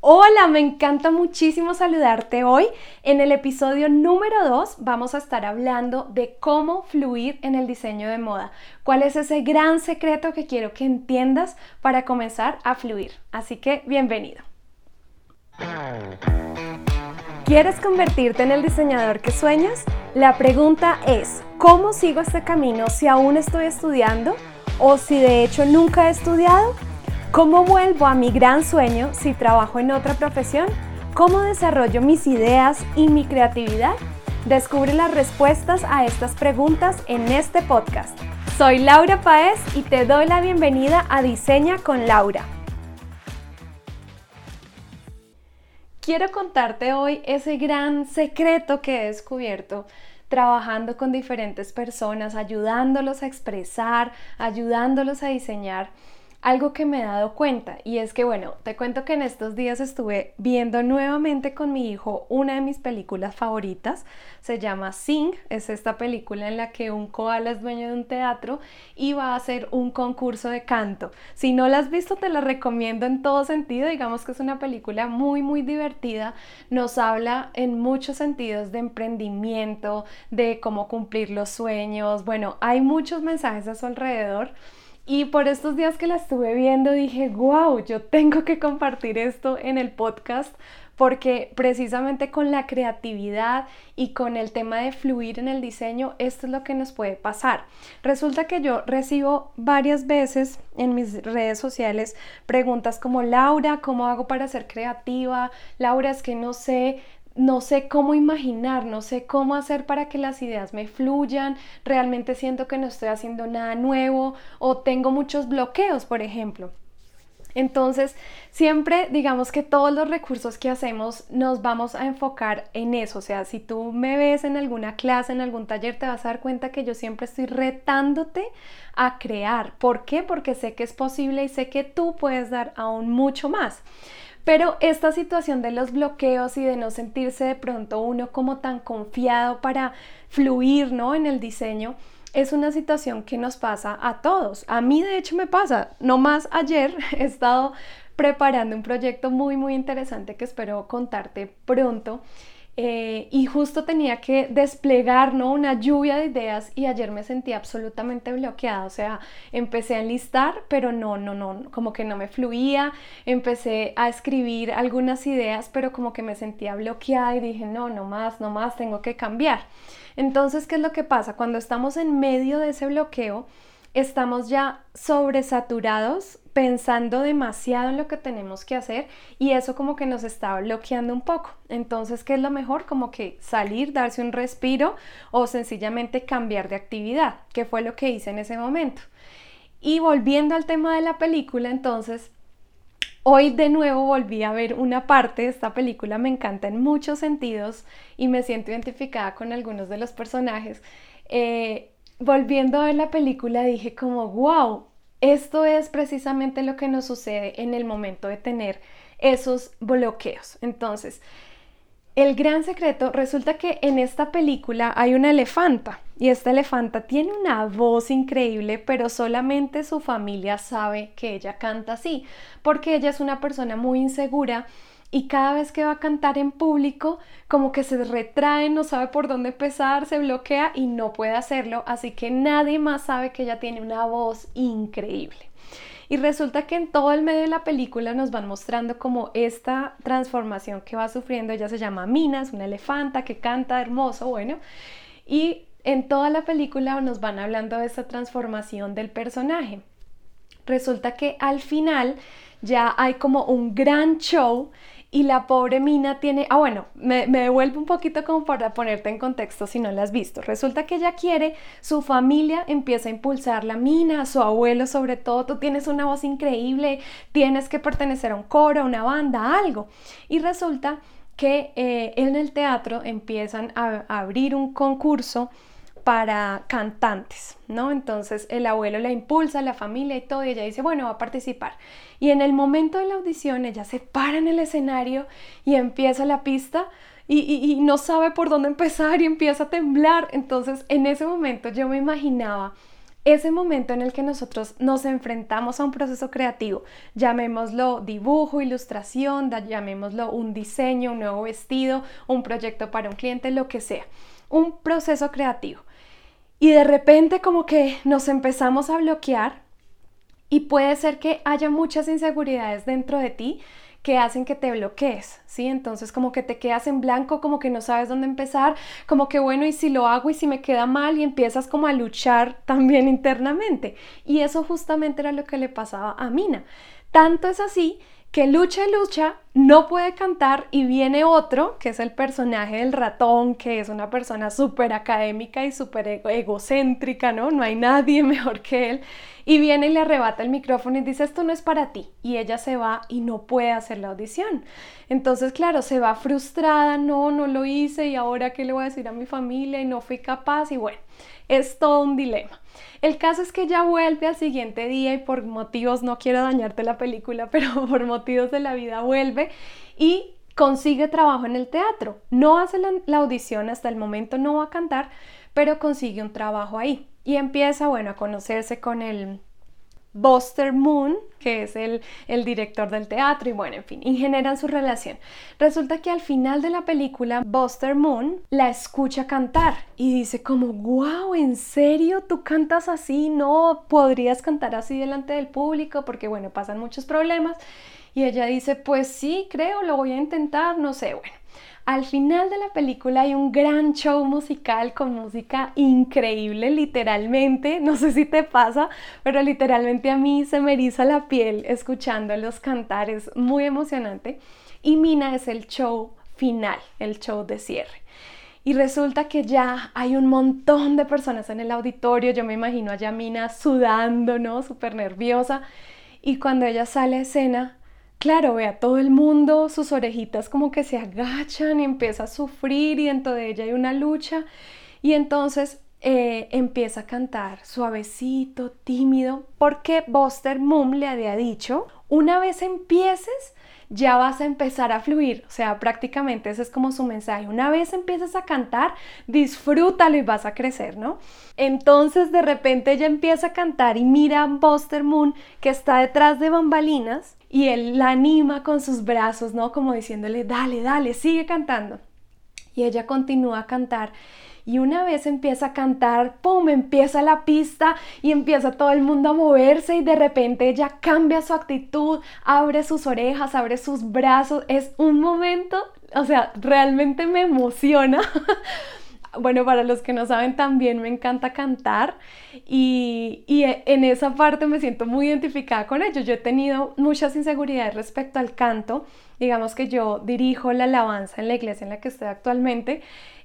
Hola, me encanta muchísimo saludarte hoy. En el episodio número 2 vamos a estar hablando de cómo fluir en el diseño de moda. ¿Cuál es ese gran secreto que quiero que entiendas para comenzar a fluir? Así que bienvenido. ¿Quieres convertirte en el diseñador que sueñas? La pregunta es, ¿cómo sigo este camino si aún estoy estudiando o si de hecho nunca he estudiado? ¿Cómo vuelvo a mi gran sueño si trabajo en otra profesión? ¿Cómo desarrollo mis ideas y mi creatividad? Descubre las respuestas a estas preguntas en este podcast. Soy Laura Páez y te doy la bienvenida a Diseña con Laura. Quiero contarte hoy ese gran secreto que he descubierto trabajando con diferentes personas, ayudándolos a expresar, ayudándolos a diseñar. Algo que me he dado cuenta y es que, te cuento que en estos días estuve viendo nuevamente con mi hijo una de mis películas favoritas. Se llama Sing, es esta película en la que un koala es dueño de un teatro y va a hacer un concurso de canto. Si no la has visto, te la recomiendo en todo sentido. Digamos que es una película muy divertida. Nos habla en muchos sentidos de emprendimiento, de cómo cumplir los sueños. Hay muchos mensajes a su alrededor. Y por estos días que la estuve viendo dije, wow, yo tengo que compartir esto en el podcast porque precisamente con la creatividad y con el tema de fluir en el diseño, esto es lo que nos puede pasar. Resulta que yo recibo varias veces en mis redes sociales preguntas como, Laura, ¿cómo hago para ser creativa? Laura, es que no sé cómo imaginar, no sé cómo hacer para que las ideas me fluyan, realmente siento que no estoy haciendo nada nuevo o tengo muchos bloqueos, por ejemplo. Entonces, siempre digamos que todos los recursos que hacemos nos vamos a enfocar en eso. O sea, si tú me ves en alguna clase, en algún taller, te vas a dar cuenta que yo siempre estoy retándote a crear. ¿Por qué? Porque sé que es posible y sé que tú puedes dar aún mucho más. Pero esta situación de los bloqueos y de no sentirse de pronto uno como tan confiado para fluir, ¿no?, en el diseño, es una situación que nos pasa a todos. A mí de hecho me pasa. No más ayer he estado preparando un proyecto muy interesante que espero contarte pronto. Y justo tenía que desplegar, ¿no?, una lluvia de ideas y ayer me sentí absolutamente bloqueada. O sea, empecé a enlistar, pero no, como que no me fluía. Empecé a escribir algunas ideas, pero como que me sentía bloqueada y dije, no más, tengo que cambiar. Entonces, ¿qué es lo que pasa? Cuando estamos en medio de ese bloqueo, estamos ya sobresaturados, pensando demasiado en lo que tenemos que hacer y eso como que nos está bloqueando un poco. Entonces, ¿qué es lo mejor? Como que salir, darse un respiro o sencillamente cambiar de actividad, que fue lo que hice en ese momento. Y volviendo al tema de la película, entonces, hoy de nuevo volví a ver una parte de esta película, me encanta en muchos sentidos y me siento identificada con algunos de los personajes. Volviendo a ver la película dije como, wow, esto es precisamente lo que nos sucede en el momento de tener esos bloqueos. Entonces, el gran secreto, resulta que en esta película hay una elefanta y esta elefanta tiene una voz increíble, pero solamente su familia sabe que ella canta así, porque ella es una persona muy insegura y cada vez que va a cantar en público como que se retrae, no sabe por dónde empezar, se bloquea y no puede hacerlo, así que nadie más sabe que ella tiene una voz increíble. Y resulta que en todo el medio de la película nos van mostrando como esta transformación que va sufriendo. Ella se llama Mina, es una elefanta que canta hermoso, y en toda la película nos van hablando de esta transformación del personaje. Resulta que al final ya hay como un gran show y la pobre Mina tiene... me devuelvo un poquito como para ponerte en contexto si no la has visto. Resulta que ella quiere, su familia empieza a impulsarla, Mina, su abuelo sobre todo, tú tienes una voz increíble, tienes que pertenecer a un coro, a una banda, algo. Y resulta que en el teatro empiezan a abrir un concurso para cantantes, ¿no? Entonces el abuelo la impulsa, la familia y todo, y ella dice, va a participar. Y en el momento de la audición ella se para en el escenario y empieza la pista y no sabe por dónde empezar y empieza a temblar. Entonces en ese momento yo me imaginaba ese momento en el que nosotros nos enfrentamos a un proceso creativo, llamémoslo dibujo, ilustración, llamémoslo un diseño, un nuevo vestido, un proyecto para un cliente, lo que sea, un proceso creativo. Y de repente como que nos empezamos a bloquear y puede ser que haya muchas inseguridades dentro de ti que hacen que te bloquees, ¿sí? Entonces como que te quedas en blanco, como que no sabes dónde empezar, como que bueno, ¿y si lo hago y si me queda mal? Y empiezas como a luchar también internamente. Y eso justamente era lo que le pasaba a Mina. Tanto es así que lucha y lucha, no puede cantar y viene otro, que es el personaje del ratón, que es una persona súper académica y súper egocéntrica, ¿no? No hay nadie mejor que él. Y viene y le arrebata el micrófono y dice, esto no es para ti. Y ella se va y no puede hacer la audición. Entonces, claro, se va frustrada, no lo hice y ahora qué le voy a decir a mi familia y no fui capaz y bueno, es todo un dilema. El caso es que ella vuelve al siguiente día y por motivos, no quiero dañarte la película, pero por motivos de la vida vuelve y consigue trabajo en el teatro. No hace la audición, hasta el momento no va a cantar, pero consigue un trabajo ahí. Y empieza, bueno, a conocerse con el Buster Moon, que es el director del teatro, y bueno, en fin, y generan su relación. Resulta que al final de la película, Buster Moon la escucha cantar y dice como, wow, ¿en serio tú cantas así? ¿No podrías cantar así delante del público? Porque bueno, pasan muchos problemas. Y ella dice, pues sí, creo, lo voy a intentar, no sé, bueno. Al final de la película hay un gran show musical con música increíble, literalmente, no sé si te pasa, pero literalmente a mí se me eriza la piel escuchándolos cantar, es muy emocionante. Y Mina es el show final, el show de cierre. Y resulta que ya hay un montón de personas en el auditorio, yo me imagino a Mina sudando, ¿no? Súper nerviosa. Y cuando ella sale a escena, claro, ve a todo el mundo, sus orejitas como que se agachan y empieza a sufrir y dentro de ella hay una lucha y entonces empieza a cantar suavecito, tímido, porque Buster Moon le había dicho, una vez empieces ya vas a empezar a fluir, o sea, prácticamente ese es como su mensaje, una vez empieces a cantar, disfrútalo y vas a crecer, ¿no? Entonces de repente ella empieza a cantar y mira a Buster Moon que está detrás de bambalinas y él la anima con sus brazos, ¿no? Como diciéndole, dale, dale, sigue cantando. Y ella continúa a cantar y una vez empieza a cantar, ¡pum!, empieza la pista y empieza todo el mundo a moverse y de repente ella cambia su actitud, abre sus orejas, abre sus brazos. Es un momento, o sea, realmente me emociona. Bueno, para los que no saben, también me encanta cantar y en esa parte me siento muy identificada con ello. Yo he tenido muchas inseguridades respecto al canto. Digamos que yo dirijo la alabanza en la iglesia en la que estoy actualmente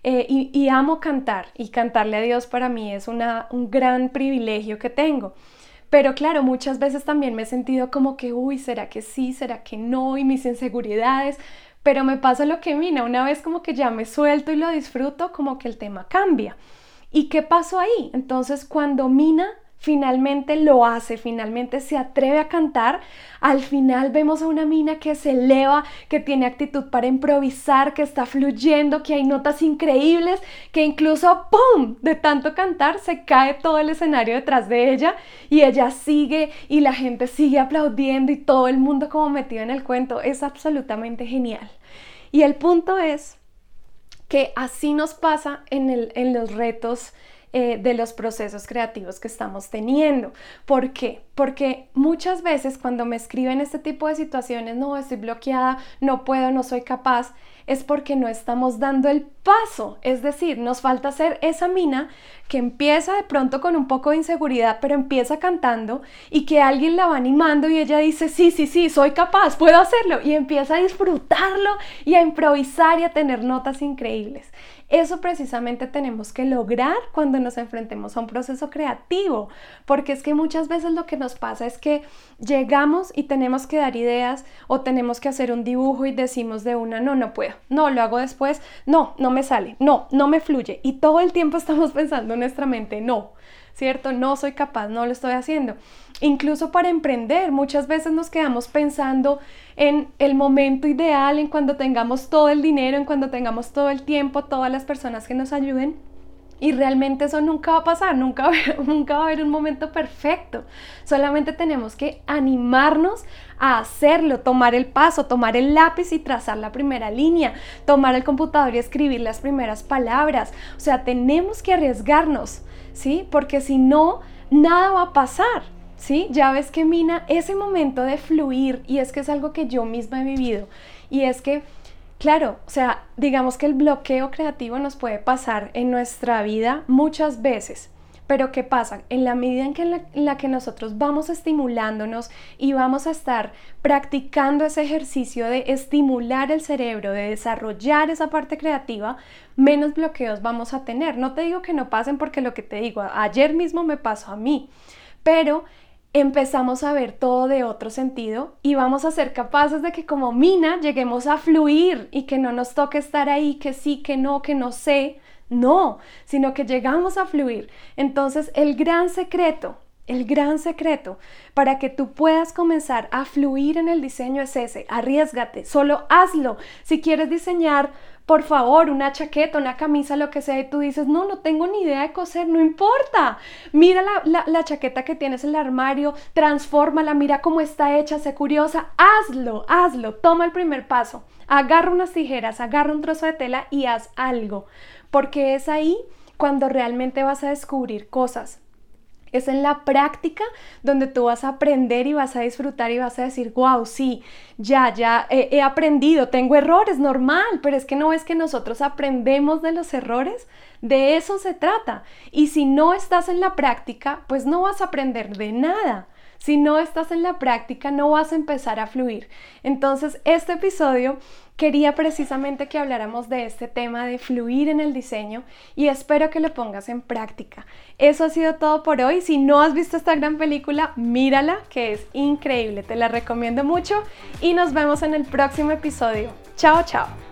y amo cantar y cantarle a Dios para mí es un gran privilegio que tengo. Pero claro, muchas veces también me he sentido como que, uy, ¿será que sí? ¿Será que no? Y mis inseguridades. Pero me pasa lo que Mina, una vez como que ya me suelto y lo disfruto, como que el tema cambia. ¿Y qué pasó ahí? Entonces, cuando Mina finalmente lo hace, finalmente se atreve a cantar, al final vemos a una Mina que se eleva, que tiene actitud para improvisar, que está fluyendo, que hay notas increíbles, que incluso ¡pum!, de tanto cantar se cae todo el escenario detrás de ella y ella sigue y la gente sigue aplaudiendo y todo el mundo como metido en el cuento. Es absolutamente genial. Y el punto es que así nos pasa en los retos de los procesos creativos que estamos teniendo. ¿Por qué? Porque muchas veces cuando me escriben este tipo de situaciones, no, estoy bloqueada, no puedo, no soy capaz, es porque no estamos dando el paso. Es decir, nos falta ser esa Mina que empieza de pronto con un poco de inseguridad, pero empieza cantando y que alguien la va animando y ella dice, sí, soy capaz, puedo hacerlo, y empieza a disfrutarlo y a improvisar y a tener notas increíbles. Eso precisamente tenemos que lograr cuando nos enfrentemos a un proceso creativo, porque es que muchas veces lo que nos pasa es que llegamos y tenemos que dar ideas o tenemos que hacer un dibujo y decimos de una, no puedo, no, lo hago después, no me sale, no me fluye, y todo el tiempo estamos pensando en nuestra mente, no, ¿cierto? No soy capaz, no lo estoy haciendo. Incluso para emprender, muchas veces nos quedamos pensando en el momento ideal, en cuando tengamos todo el dinero, en cuando tengamos todo el tiempo, todas las personas que nos ayuden, Y realmente eso nunca va a pasar, nunca va a haber un momento perfecto. Solamente tenemos que animarnos a hacerlo, tomar el paso, tomar el lápiz y trazar la primera línea, tomar el computador y escribir las primeras palabras. O sea, tenemos que arriesgarnos, ¿sí? Porque si no, nada va a pasar, ¿sí? Ya ves que, Mina, ese momento de fluir, y es que es algo que yo misma he vivido, y es que claro, o sea, digamos que el bloqueo creativo nos puede pasar en nuestra vida muchas veces, pero ¿qué pasa? En la medida en la que nosotros vamos estimulándonos y vamos a estar practicando ese ejercicio de estimular el cerebro, de desarrollar esa parte creativa, menos bloqueos vamos a tener. No te digo que no pasen porque lo que te digo, ayer mismo me pasó a mí, pero empezamos a ver todo de otro sentido y vamos a ser capaces de que como Mina lleguemos a fluir y que no nos toque estar ahí, que sí, que no sé, no, sino que llegamos a fluir. Entonces el gran secreto para que tú puedas comenzar a fluir en el diseño es ese: arriésgate, solo hazlo. Si quieres diseñar, por favor, una chaqueta, una camisa, lo que sea, y tú dices, no tengo ni idea de coser, no importa. Mira la chaqueta que tienes en el armario, transfórmala, mira cómo está hecha, sé curiosa, hazlo, toma el primer paso. Agarra unas tijeras, agarra un trozo de tela y haz algo, porque es ahí cuando realmente vas a descubrir cosas. Es en la práctica donde tú vas a aprender y vas a disfrutar y vas a decir, wow, sí, ya he aprendido, tengo errores, normal, pero es que no es que nosotros aprendemos de los errores, de eso se trata. Y si no estás en la práctica, pues no vas a aprender de nada. Si no estás en la práctica, no vas a empezar a fluir. Entonces, este episodio quería precisamente que habláramos de este tema de fluir en el diseño y espero que lo pongas en práctica. Eso ha sido todo por hoy. Si no has visto esta gran película, mírala, que es increíble. Te la recomiendo mucho y nos vemos en el próximo episodio. Chao, chao.